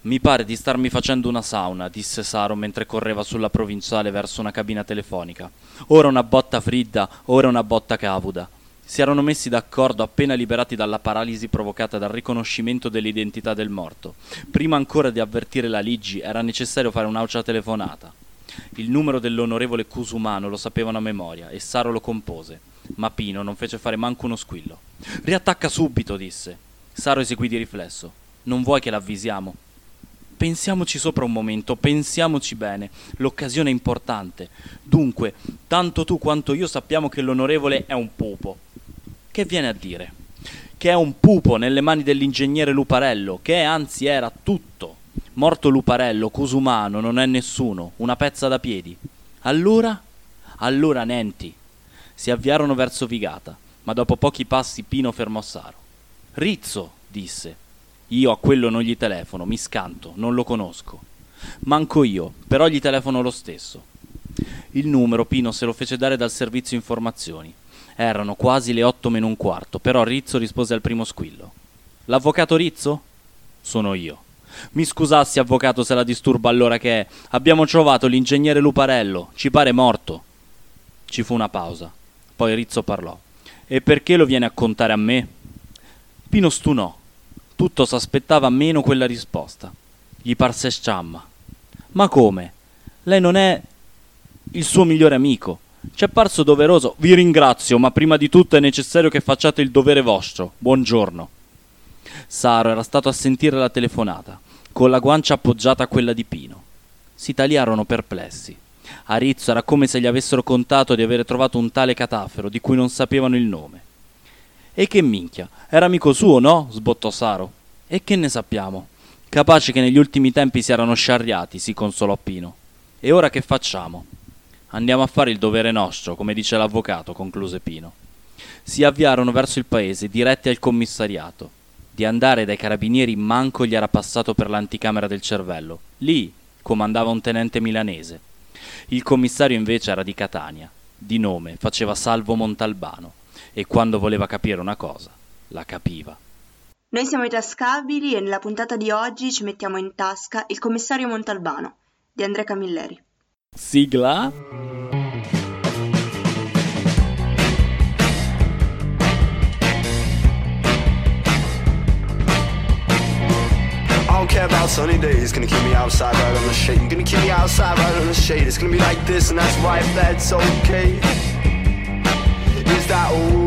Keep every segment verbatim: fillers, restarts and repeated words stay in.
Mi pare di starmi facendo una sauna, disse Saro mentre correva sulla provinciale verso una cabina telefonica. Ora una botta fredda, ora una botta cavuda. Si erano messi d'accordo appena liberati dalla paralisi provocata dal riconoscimento dell'identità del morto. Prima ancora di avvertire la Liggi era necessario fare un'aucia telefonata. Il numero dell'onorevole Cusumano lo sapevano a memoria e Saro lo compose, ma Pino non fece fare manco uno squillo. «Riattacca subito», disse. Saro eseguì di riflesso. «Non vuoi che l'avvisiamo?» «Pensiamoci sopra un momento, pensiamoci bene. L'occasione è importante. Dunque, tanto tu quanto io sappiamo che l'onorevole è un pupo». «Che viene a dire?» «Che è un pupo nelle mani dell'ingegnere Luparello, che anzi era tutto. Morto Luparello, Cusumano non è nessuno, una pezza da piedi». «Allora?» «Allora, Nenti». Si avviarono verso Vigata, ma dopo pochi passi Pino fermò Saro. «Rizzo», disse. «Io a quello non gli telefono, mi scanto, non lo conosco». «Manco io, però gli telefono lo stesso». Il numero Pino se lo fece dare dal servizio informazioni. Erano quasi le otto meno un quarto, però Rizzo rispose al primo squillo. «L'avvocato Rizzo?» «Sono io». «Mi scusassi, avvocato, se la disturba allora che è. Abbiamo trovato l'ingegnere Luparello, ci pare morto». Ci fu una pausa. Poi Rizzo parlò. «E perché lo viene a contare a me?» Pino stunò. Tutto s'aspettava meno quella risposta. Gli parse sciamma. «Ma come? Lei non è il suo migliore amico. Ci è parso doveroso». «Vi ringrazio, ma prima di tutto è necessario che facciate il dovere vostro. Buongiorno». Saro era stato a sentire la telefonata, con la guancia appoggiata a quella di Pino. Si tagliarono perplessi. A Rizzo era come se gli avessero contato di avere trovato un tale catafero di cui non sapevano il nome. «E che minchia, era amico suo, no?» sbottò Saro. «E che ne sappiamo? Capace che negli ultimi tempi si erano sciarriati», si consolò Pino. «E ora che facciamo?» «Andiamo a fare il dovere nostro, come dice l'avvocato», concluse Pino. Si avviarono verso il paese, diretti al commissariato. Di andare dai carabinieri manco gli era passato per l'anticamera del cervello. Lì comandava un tenente milanese. Il commissario invece era di Catania. Di nome faceva Salvo Montalbano. E quando voleva capire una cosa, la capiva. Noi siamo i Tascabili e nella puntata di oggi ci mettiamo in tasca Il commissario Montalbano di Andrea Camilleri. Sigla? I don't care about sunny days, gonna keep me outside right on the shade. You're gonna keep me outside right on the shade. It's gonna be like this and that's right, that's okay. Is that okay?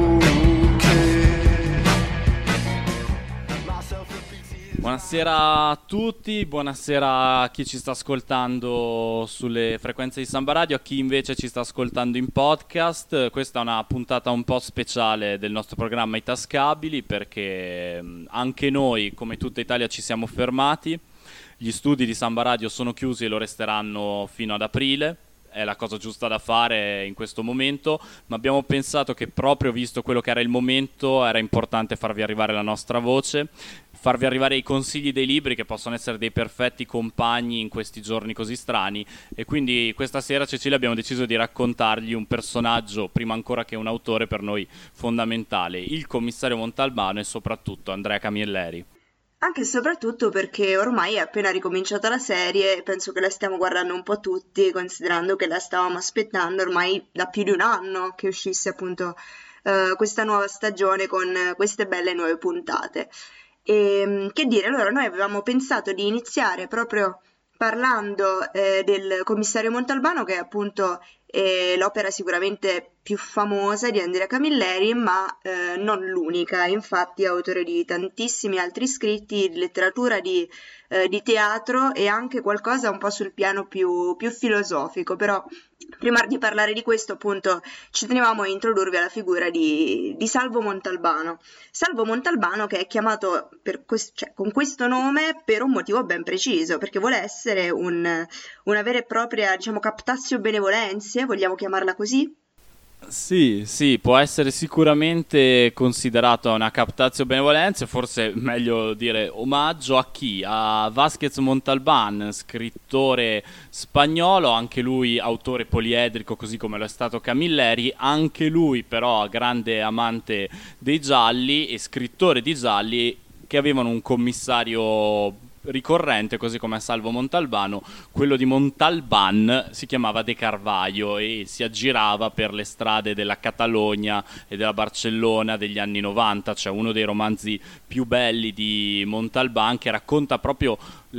Buonasera a tutti, buonasera a chi ci sta ascoltando sulle frequenze di Samba Radio, a chi invece ci sta ascoltando in podcast. Questa è una puntata un po' speciale del nostro programma I Tascabili, perché anche noi, come tutta Italia, ci siamo fermati. Gli studi di Samba Radio sono chiusi e lo resteranno fino ad aprile. È la cosa giusta da fare in questo momento, ma abbiamo pensato che proprio visto quello che era il momento era importante farvi arrivare la nostra voce, farvi arrivare i consigli dei libri che possono essere dei perfetti compagni in questi giorni così strani, e quindi questa sera Cecilia abbiamo deciso di raccontargli un personaggio, prima ancora che un autore, per noi fondamentale, il commissario Montalbano e soprattutto Andrea Camilleri. Anche e soprattutto perché ormai è appena ricominciata la serie e penso che la stiamo guardando un po' tutti, considerando che la stavamo aspettando ormai da più di un anno che uscisse appunto eh, questa nuova stagione con queste belle nuove puntate. E che dire, allora noi avevamo pensato di iniziare proprio parlando eh, del commissario Montalbano, che è appunto eh, l'opera sicuramente più famosa di Andrea Camilleri, ma eh, non l'unica. Infatti è autore di tantissimi altri scritti di letteratura, di, eh, di teatro e anche qualcosa un po' sul piano più, più filosofico. Però prima di parlare di questo, appunto, ci tenevamo a introdurvi alla figura di, di Salvo Montalbano. Salvo Montalbano, che è chiamato per quest- cioè, con questo nome per un motivo ben preciso, perché vuole essere un, una vera e propria, diciamo, captatio benevolentia, vogliamo chiamarla così? Sì, sì, può essere sicuramente considerato una captatio benevolenza, forse meglio dire omaggio a chi? A Vázquez Montalbán, scrittore spagnolo, anche lui autore poliedrico così come lo è stato Camilleri, anche lui però grande amante dei gialli e scrittore di gialli che avevano un commissario ricorrente, così come Salvo Montalbano, quello di Montalban si chiamava De Carvalho e si aggirava per le strade della Catalogna e della Barcellona degli anni novanta. C'è uno dei romanzi più belli di Montalban che racconta proprio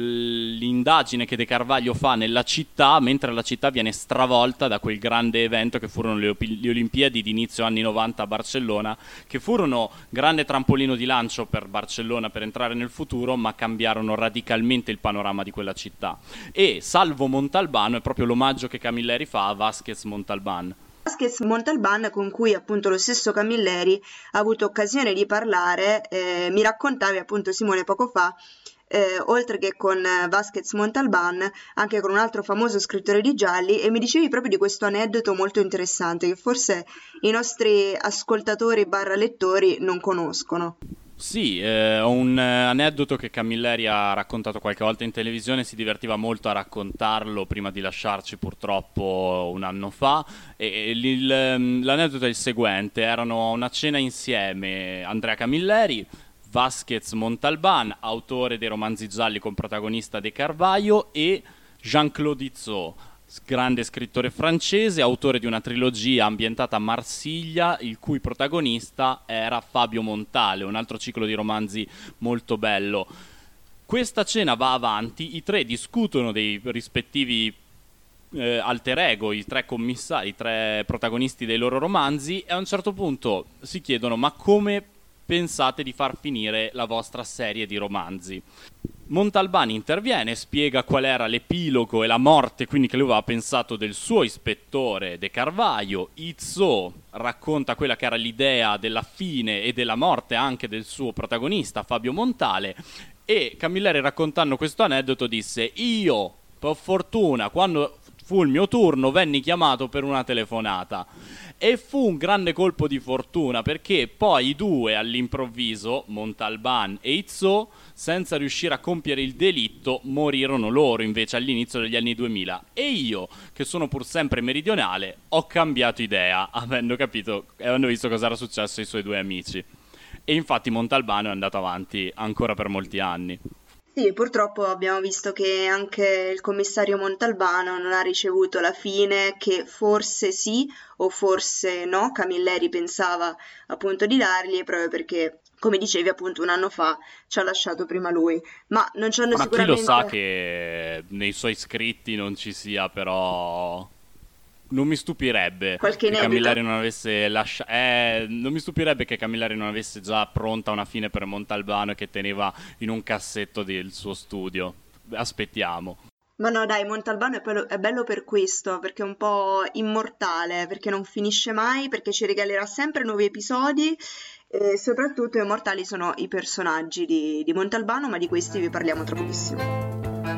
l'indagine che De Carvalho fa nella città mentre la città viene stravolta da quel grande evento che furono le, le Olimpiadi di inizio anni novanta a Barcellona, che furono grande trampolino di lancio per Barcellona per entrare nel futuro, ma cambiarono radicalmente il panorama di quella città. E Salvo Montalbano è proprio l'omaggio che Camilleri fa a Vázquez Montalbán. Vázquez Montalbán, con cui appunto lo stesso Camilleri ha avuto occasione di parlare, eh, mi raccontavi appunto Simone poco fa, Eh, oltre che con Vázquez Montalbán, anche con un altro famoso scrittore di gialli, e mi dicevi proprio di questo aneddoto molto interessante che forse i nostri ascoltatori barra lettori non conoscono. Sì, è un aneddoto che Camilleri ha raccontato qualche volta in televisione, si divertiva molto a raccontarlo prima di lasciarci purtroppo un anno fa. E il, l'aneddoto è il seguente: erano a una cena insieme Andrea Camilleri, Vázquez Montalbán, autore dei romanzi gialli con protagonista De Carvalho, e Jean-Claude Izzot, grande scrittore francese, autore di una trilogia ambientata a Marsiglia, il cui protagonista era Fabio Montale, un altro ciclo di romanzi molto bello. Questa cena va avanti, i tre discutono dei rispettivi eh, alter ego, i tre commissari, i tre protagonisti dei loro romanzi, e a un certo punto si chiedono: ma come pensate di far finire la vostra serie di romanzi? Montalbán interviene, spiega qual era l'epilogo e la morte, quindi che lui aveva pensato, del suo ispettore De Carvalho. Izzot racconta quella che era l'idea della fine e della morte anche del suo protagonista Fabio Montale, e Camilleri, raccontando questo aneddoto, disse: io, per fortuna, quando fu il mio turno, venni chiamato per una telefonata. E fu un grande colpo di fortuna, perché poi i due all'improvviso, Montalbán e Izzot, senza riuscire a compiere il delitto, morirono loro invece all'inizio degli anni duemila. E io, che sono pur sempre meridionale, ho cambiato idea, avendo capito e avendo visto cosa era successo ai suoi due amici. E infatti Montalbán è andato avanti ancora per molti anni. Sì, purtroppo abbiamo visto che anche il commissario Montalbano non ha ricevuto la fine che forse sì o forse no Camilleri pensava appunto di dargli, proprio perché, come dicevi appunto un anno fa, ci ha lasciato prima lui. Ma non ci hanno Ma sicuramente... chi lo sa che nei suoi scritti non ci sia, però... Non mi stupirebbe Qualche che inedito? Camilleri non avesse lasciato. Eh, non mi stupirebbe che Camilleri non avesse già pronta una fine per Montalbano e che teneva in un cassetto del suo studio. Aspettiamo. Ma no, dai, Montalbano è, bello, è bello per questo, perché è un po' immortale, perché non finisce mai, perché ci regalerà sempre nuovi episodi e soprattutto immortali sono i personaggi di, di Montalbano, ma di questi vi parliamo tra pochissimo.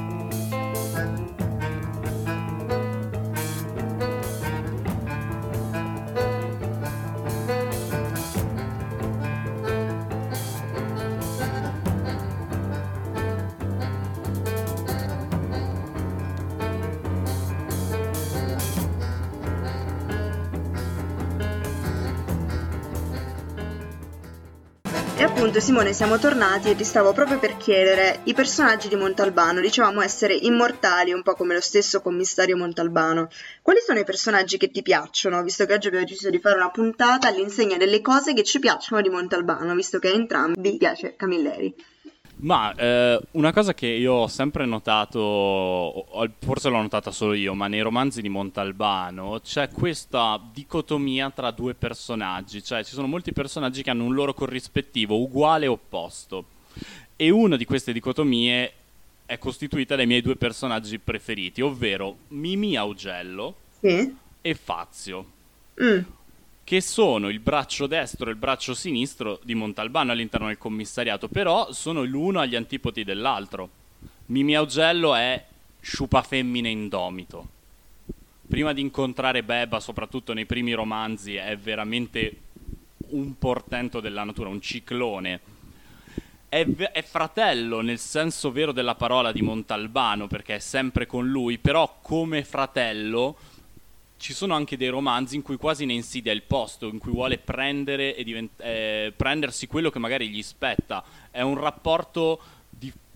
E appunto Simone, siamo tornati e ti stavo proprio per chiedere i personaggi di Montalbano, dicevamo essere immortali, un po' come lo stesso commissario Montalbano. Quali sono i personaggi che ti piacciono, visto che oggi abbiamo deciso di fare una puntata all'insegna delle cose che ci piacciono di Montalbano, visto che a entrambi piace Camilleri? Ma eh, una cosa che io ho sempre notato, forse l'ho notata solo io, ma nei romanzi di Montalbano c'è questa dicotomia tra due personaggi, cioè ci sono molti personaggi che hanno un loro corrispettivo uguale e opposto, e una di queste dicotomie è costituita dai miei due personaggi preferiti, ovvero Mimì Augello Sì? e Fazio. Mm. Che sono il braccio destro e il braccio sinistro di Montalbano all'interno del commissariato, però sono l'uno agli antipodi dell'altro. Mimì Augello è sciupafemmine indomito. Prima di incontrare Beba, soprattutto nei primi romanzi, è veramente un portento della natura, un ciclone. È, v- è fratello nel senso vero della parola di Montalbano, perché è sempre con lui, però come fratello... Ci sono anche dei romanzi in cui quasi ne insidia il posto, in cui vuole prendere e divent- eh, prendersi quello che magari gli spetta. È un rapporto di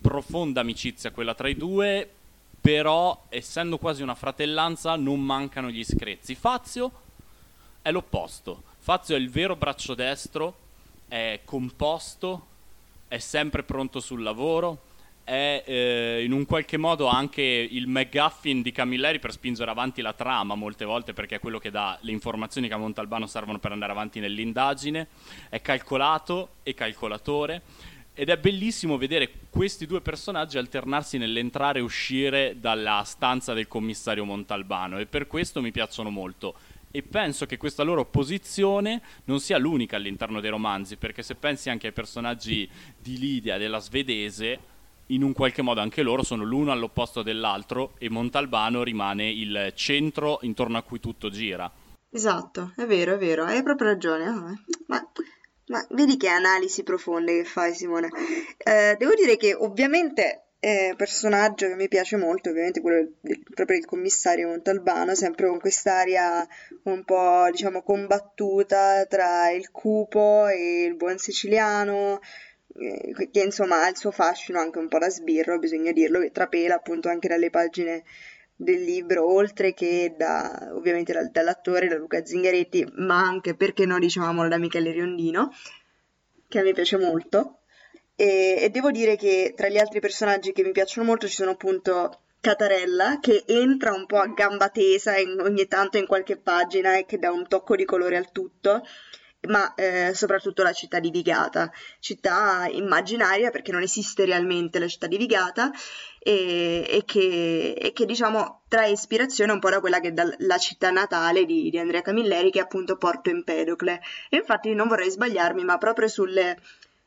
profonda amicizia quella tra i due, però essendo quasi una fratellanza non mancano gli screzi. Fazio è l'opposto. Fazio è il vero braccio destro, è composto, è sempre pronto sul lavoro, è eh, in un qualche modo anche il McGuffin di Camilleri per spingere avanti la trama molte volte, perché è quello che dà le informazioni che a Montalbano servono per andare avanti nell'indagine. È calcolato e calcolatore, ed è bellissimo vedere questi due personaggi alternarsi nell'entrare e uscire dalla stanza del commissario Montalbano, e per questo mi piacciono molto. E penso che questa loro posizione non sia l'unica all'interno dei romanzi, perché se pensi anche ai personaggi di Lidia, della svedese, in un qualche modo anche loro sono l'uno all'opposto dell'altro, e Montalbano rimane il centro intorno a cui tutto gira. Esatto, è vero, è vero, hai proprio ragione. Ah, ma, ma vedi che analisi profonde che fai, Simone. Eh, devo dire che ovviamente è un personaggio che mi piace molto, ovviamente quello del, proprio il commissario Montalbano, sempre con quest'aria un po', diciamo, combattuta tra il cupo e il buon siciliano, eh, che insomma ha il suo fascino anche un po' da sbirro, bisogna dirlo, che trapela appunto anche dalle pagine del libro, oltre che da, ovviamente dal- dall'attore, da Luca Zingaretti, ma anche, perché no, diciamolo, da Michele Riondino, che a me piace molto. E, e devo dire che tra gli altri personaggi che mi piacciono molto ci sono appunto Catarella, che entra un po' a gamba tesa in- ogni tanto in qualche pagina e che dà un tocco di colore al tutto, ma eh, soprattutto la città di Vigata, città immaginaria perché non esiste realmente la città di Vigata, e, e che, e che, diciamo trae ispirazione un po' da quella che è dal- la città natale di, di Andrea Camilleri, che è appunto Porto Empedocle. E infatti non vorrei sbagliarmi, ma proprio sulle,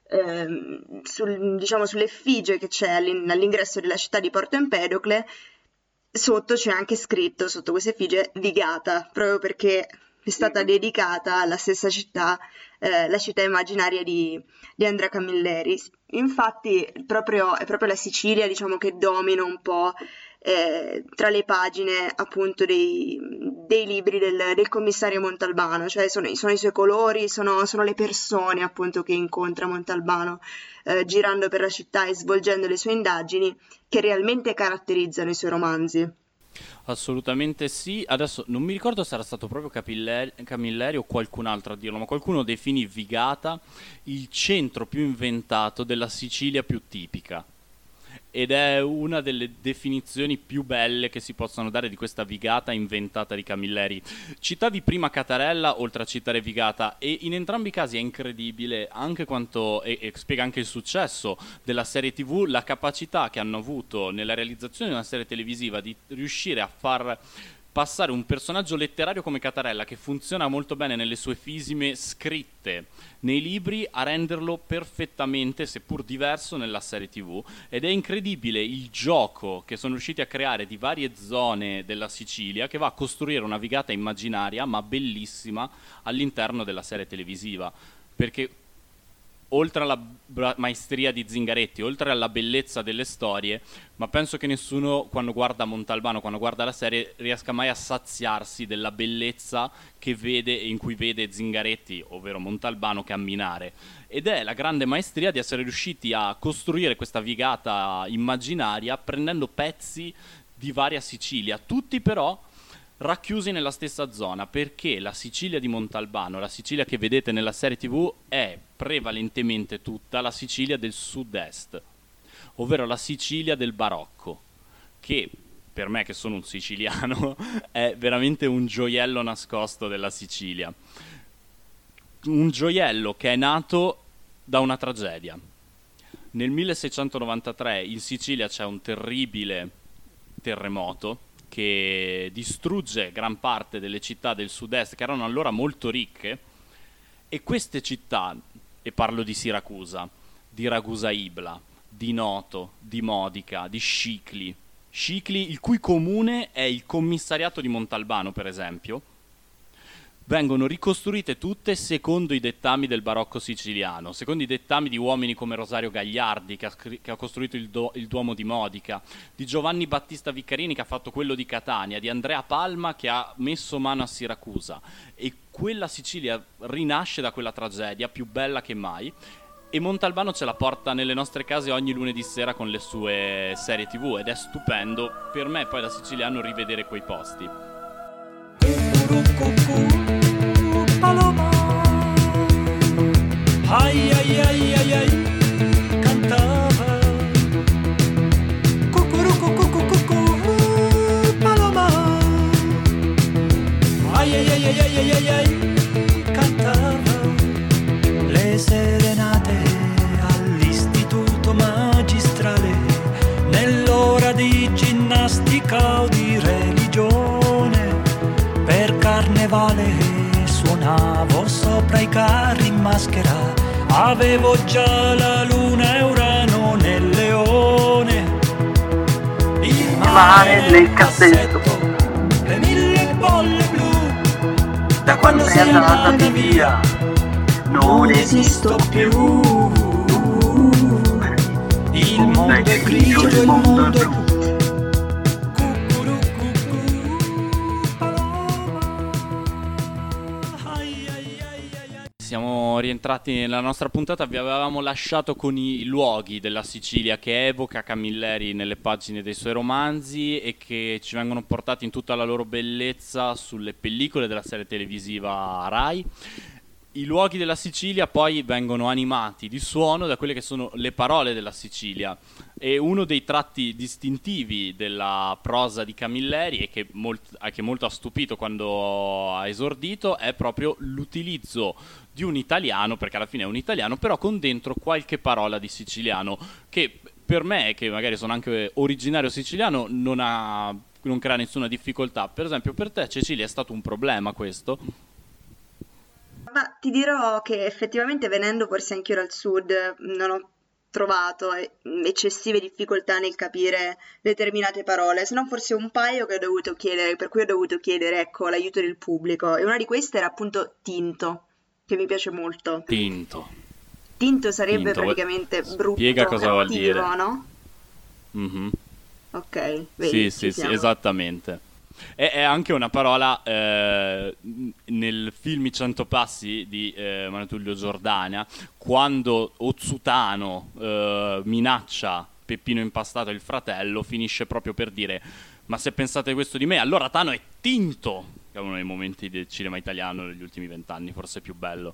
ehm, sul- diciamo, sull'effigie che c'è all'in- all'ingresso della città di Porto Empedocle, sotto c'è anche scritto, sotto questa effigie, Vigata, proprio perché è stata dedicata alla stessa città, eh, la città immaginaria di, di Andrea Camilleri. Infatti proprio, è proprio la Sicilia, diciamo, che domina un po' eh, tra le pagine appunto dei, dei libri del, del commissario Montalbano, cioè sono, sono i suoi colori, sono, sono le persone appunto che incontra Montalbano eh, girando per la città e svolgendo le sue indagini, che realmente caratterizzano i suoi romanzi. Assolutamente sì. Adesso non mi ricordo se era stato proprio Capilleri, Camilleri o qualcun altro a dirlo, ma qualcuno definì Vigata il centro più inventato della Sicilia più tipica. Ed è una delle definizioni più belle che si possono dare di questa Vigata inventata di Camilleri. Citavi prima Catarella, oltre a citare Vigata, e in entrambi i casi è incredibile anche quanto, e, e spiega anche il successo della serie tivù, la capacità che hanno avuto nella realizzazione di una serie televisiva di riuscire a far passare un personaggio letterario come Catarella, che funziona molto bene nelle sue fisime scritte nei libri, a renderlo perfettamente, seppur diverso, nella serie tivù. Ed è incredibile il gioco che sono riusciti a creare di varie zone della Sicilia, che va a costruire una Vigata immaginaria ma bellissima all'interno della serie televisiva, perché oltre alla bra- maestria di Zingaretti, oltre alla bellezza delle storie, ma penso che nessuno, quando guarda Montalbano, quando guarda la serie, riesca mai a saziarsi della bellezza che vede e in cui vede Zingaretti, ovvero Montalbano, camminare. Ed è la grande maestria di essere riusciti a costruire questa Vigata immaginaria prendendo pezzi di varia Sicilia, tutti però racchiusi nella stessa zona, perché la Sicilia di Montalbano, la Sicilia che vedete nella serie tivù, è prevalentemente tutta la Sicilia del sud-est, ovvero la Sicilia del barocco, che per me, che sono un siciliano, è veramente un gioiello nascosto della Sicilia. Un gioiello che è nato da una tragedia. Nel milleseicentonovantatré in Sicilia c'è un terribile terremoto che distrugge gran parte delle città del sud-est, che erano allora molto ricche, e queste città, e parlo di Siracusa, di Ragusa Ibla, di Noto, di Modica, di Scicli, Scicli, il cui comune è il commissariato di Montalbano, per esempio, vengono ricostruite tutte secondo i dettami del barocco siciliano, secondo i dettami di uomini come Rosario Gagliardi, che ha, scri- che ha costruito il, do- il Duomo di Modica, di Giovanni Battista Viccarini, che ha fatto quello di Catania, di Andrea Palma, che ha messo mano a Siracusa. E quella Sicilia rinasce da quella tragedia, più bella che mai, E Montalbano ce la porta nelle nostre case ogni lunedì sera con le sue serie tv ed è stupendo per me poi da siciliano rivedere quei posti. Paloma, ai ai ai ai ai, cantava. Cucurucu cucu cucu, paloma, ai ai ai ai ai ai ai, cantava. Le serenate all'istituto magistrale, nell'ora di ginnastica o di religione, per carnevale suonavo sopra i carri in maschera, avevo già la luna e Urano nel leone, il mare nel cassetto, le mille bolle blu, da quando sei andata via non esisto più, il mondo è grigio, il mondo è blu. Siamo rientrati nella nostra puntata, vi avevamo lasciato con i luoghi della Sicilia che evoca Camilleri nelle pagine dei suoi romanzi e che ci vengono portati in tutta la loro bellezza sulle pellicole della serie televisiva Rai. I luoghi della Sicilia poi vengono animati di suono da quelle che sono le parole della Sicilia, e uno dei tratti distintivi della prosa di Camilleri e che, molt- che molto ha stupito quando ha esordito è proprio l'utilizzo di un italiano, perché alla fine è un italiano, però con dentro qualche parola di siciliano, che per me, che magari sono anche originario siciliano, non, ha, non crea nessuna difficoltà. Per esempio per te, Cecilia, è stato un problema questo? Ma ti dirò che effettivamente venendo forse anche io dal sud non ho trovato eh, eccessive difficoltà nel capire determinate parole, se non forse un paio che ho dovuto chiedere, per cui ho dovuto chiedere, ecco, l'aiuto del pubblico. E una di queste era appunto tinto, che mi piace molto. Tinto. Tinto sarebbe Tinto. praticamente brutto, Spiega cosa vuol cattivo, dire. no? Mhm. Ok, Sì, vedi, ci sì, sì, siamo. esattamente. È, è anche una parola eh, nel film I Cento Passi di eh, Manuel Tullio Giordana, quando Ozzutano eh, minaccia Peppino Impastato e il fratello, finisce proprio per dire: ma se pensate questo di me, allora Tano è tinto, che è uno dei momenti del cinema italiano degli ultimi vent'anni, forse più bello.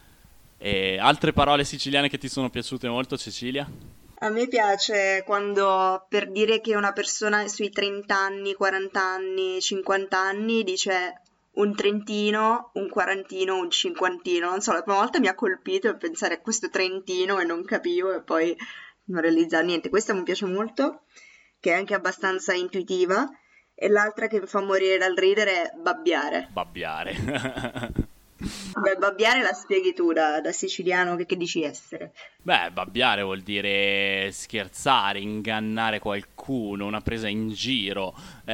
E altre parole siciliane che ti sono piaciute molto, Cecilia? A me piace quando per dire che una persona sui trenta anni, quaranta anni, cinquanta anni dice un trentino, un quarantino, un cinquantino. Non so, la prima volta mi ha colpito e pensare a questo trentino e non capivo e poi non realizzare niente. Questa mi piace molto, che è anche abbastanza intuitiva. E l'altra che mi fa morire dal ridere è babbiare. Babbiare. Beh, babbiare la spieghi tu da, da siciliano, che, che dici essere? Beh, babbiare vuol dire scherzare, ingannare qualcuno, una presa in giro.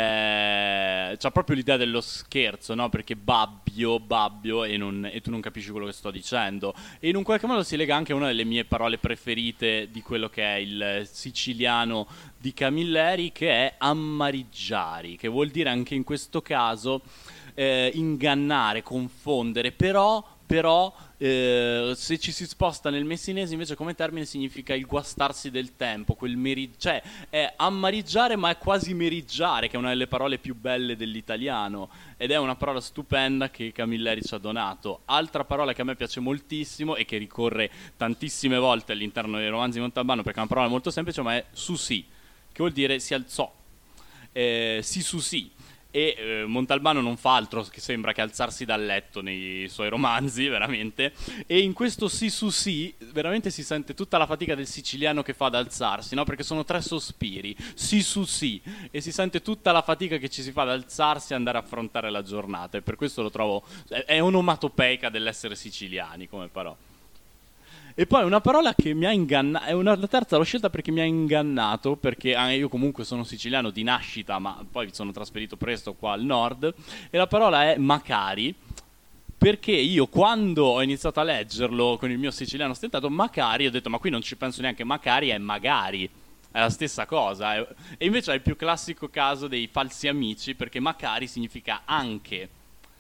Eh, c'ha proprio l'idea dello scherzo, no? Perché babbio, babbio e, non- e tu non capisci quello che sto dicendo. E in un qualche modo si lega anche a una delle mie parole preferite di quello che è il siciliano di Camilleri, che è ammariggiari, che vuol dire anche in questo caso eh, ingannare, confondere, però, però eh, se ci si sposta nel messinese invece come termine significa il guastarsi del tempo, quel meri- cioè è ammariggiare ma è quasi meriggiare, che è una delle parole più belle dell'italiano, ed è una parola stupenda che Camilleri ci ha donato. Altra parola che a me piace moltissimo e che ricorre tantissime volte all'interno dei romanzi di Montalbano, perché è una parola molto semplice, ma è susì, che vuol dire si alzò, eh, si susì. E eh, Montalbano non fa altro che sembra che alzarsi dal letto nei suoi romanzi, veramente, e in questo sì su sì veramente si sente tutta la fatica del siciliano che fa ad alzarsi, no? Perché sono tre sospiri, sì su sì, e si sente tutta la fatica che ci si fa ad alzarsi e andare a affrontare la giornata, e per questo lo trovo, è, è onomatopeica dell'essere siciliani come parola. E poi una parola che mi ha ingannato, è una, la terza l'ho scelta perché mi ha ingannato, perché ah, io comunque sono siciliano di nascita, ma poi mi sono trasferito presto qua al nord, e la parola è macari, perché io quando ho iniziato a leggerlo con il mio siciliano stentato, macari, ho detto ma qui non ci penso neanche, macari è magari, è la stessa cosa, e invece è il più classico caso dei falsi amici, perché macari significa anche.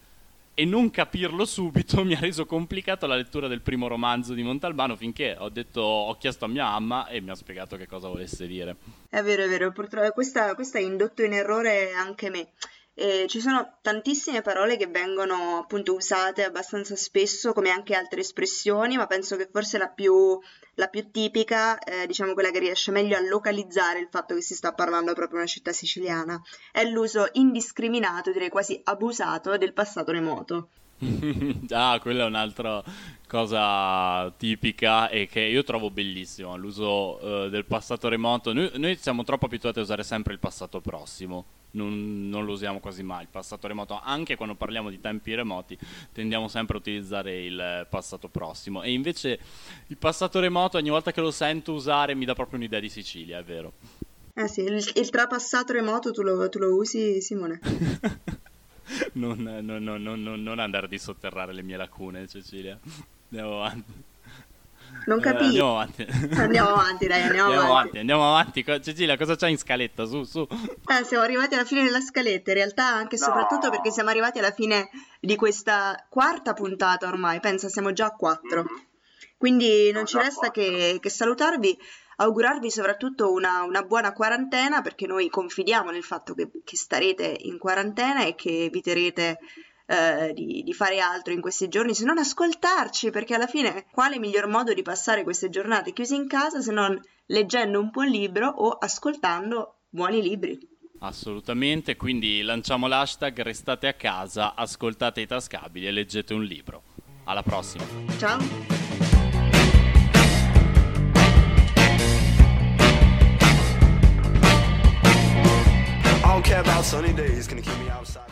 e non capirlo subito mi ha reso complicato la lettura del primo romanzo di Montalbano, finché ho detto, ho chiesto a mia mamma e mi ha spiegato che cosa volesse dire. È vero, è vero, purtroppo questa, questa ha indotto in errore anche me. E ci sono tantissime parole che vengono appunto usate abbastanza spesso, come anche altre espressioni, ma penso che forse la più, la più tipica, eh, diciamo quella che riesce meglio a localizzare il fatto che si sta parlando proprio di una città siciliana, è l'uso indiscriminato, direi quasi abusato, del passato remoto. Ah, quella è un'altra cosa tipica e che io trovo bellissimo, l'uso eh, del passato remoto. Noi, noi siamo troppo abituati a usare sempre il passato prossimo, non, non lo usiamo quasi mai, il passato remoto. Anche quando parliamo di tempi remoti tendiamo sempre a utilizzare il passato prossimo, e invece il passato remoto ogni volta che lo sento usare mi dà proprio un'idea di Sicilia, è vero. Eh sì, il, il trapassato remoto tu lo, tu lo usi, Simone? Non, non, non, non, non andare a dissotterrare le mie lacune, Cecilia. Andiamo avanti. Non Eh, capisco. andiamo avanti. Andiamo avanti, dai, andiamo, Andiamo avanti. avanti, andiamo avanti. Co- Cecilia, cosa c'hai in scaletta? Su, su. Eh, siamo arrivati alla fine della scaletta, in realtà anche e soprattutto perché siamo arrivati alla fine di questa quarta puntata ormai, pensa, siamo già a quattro. Quindi non ci resta che, che salutarvi, augurarvi soprattutto una, una buona quarantena, perché noi confidiamo nel fatto che, che starete in quarantena e che eviterete eh, di, di fare altro in questi giorni se non ascoltarci, perché alla fine quale miglior modo di passare queste giornate chiusi in casa se non leggendo un buon libro o ascoltando buoni libri. Assolutamente, quindi lanciamo l'hashtag restate a casa, ascoltate i tascabili e leggete un libro. Alla prossima. Ciao! I don't care about sunny days, gonna keep me outside.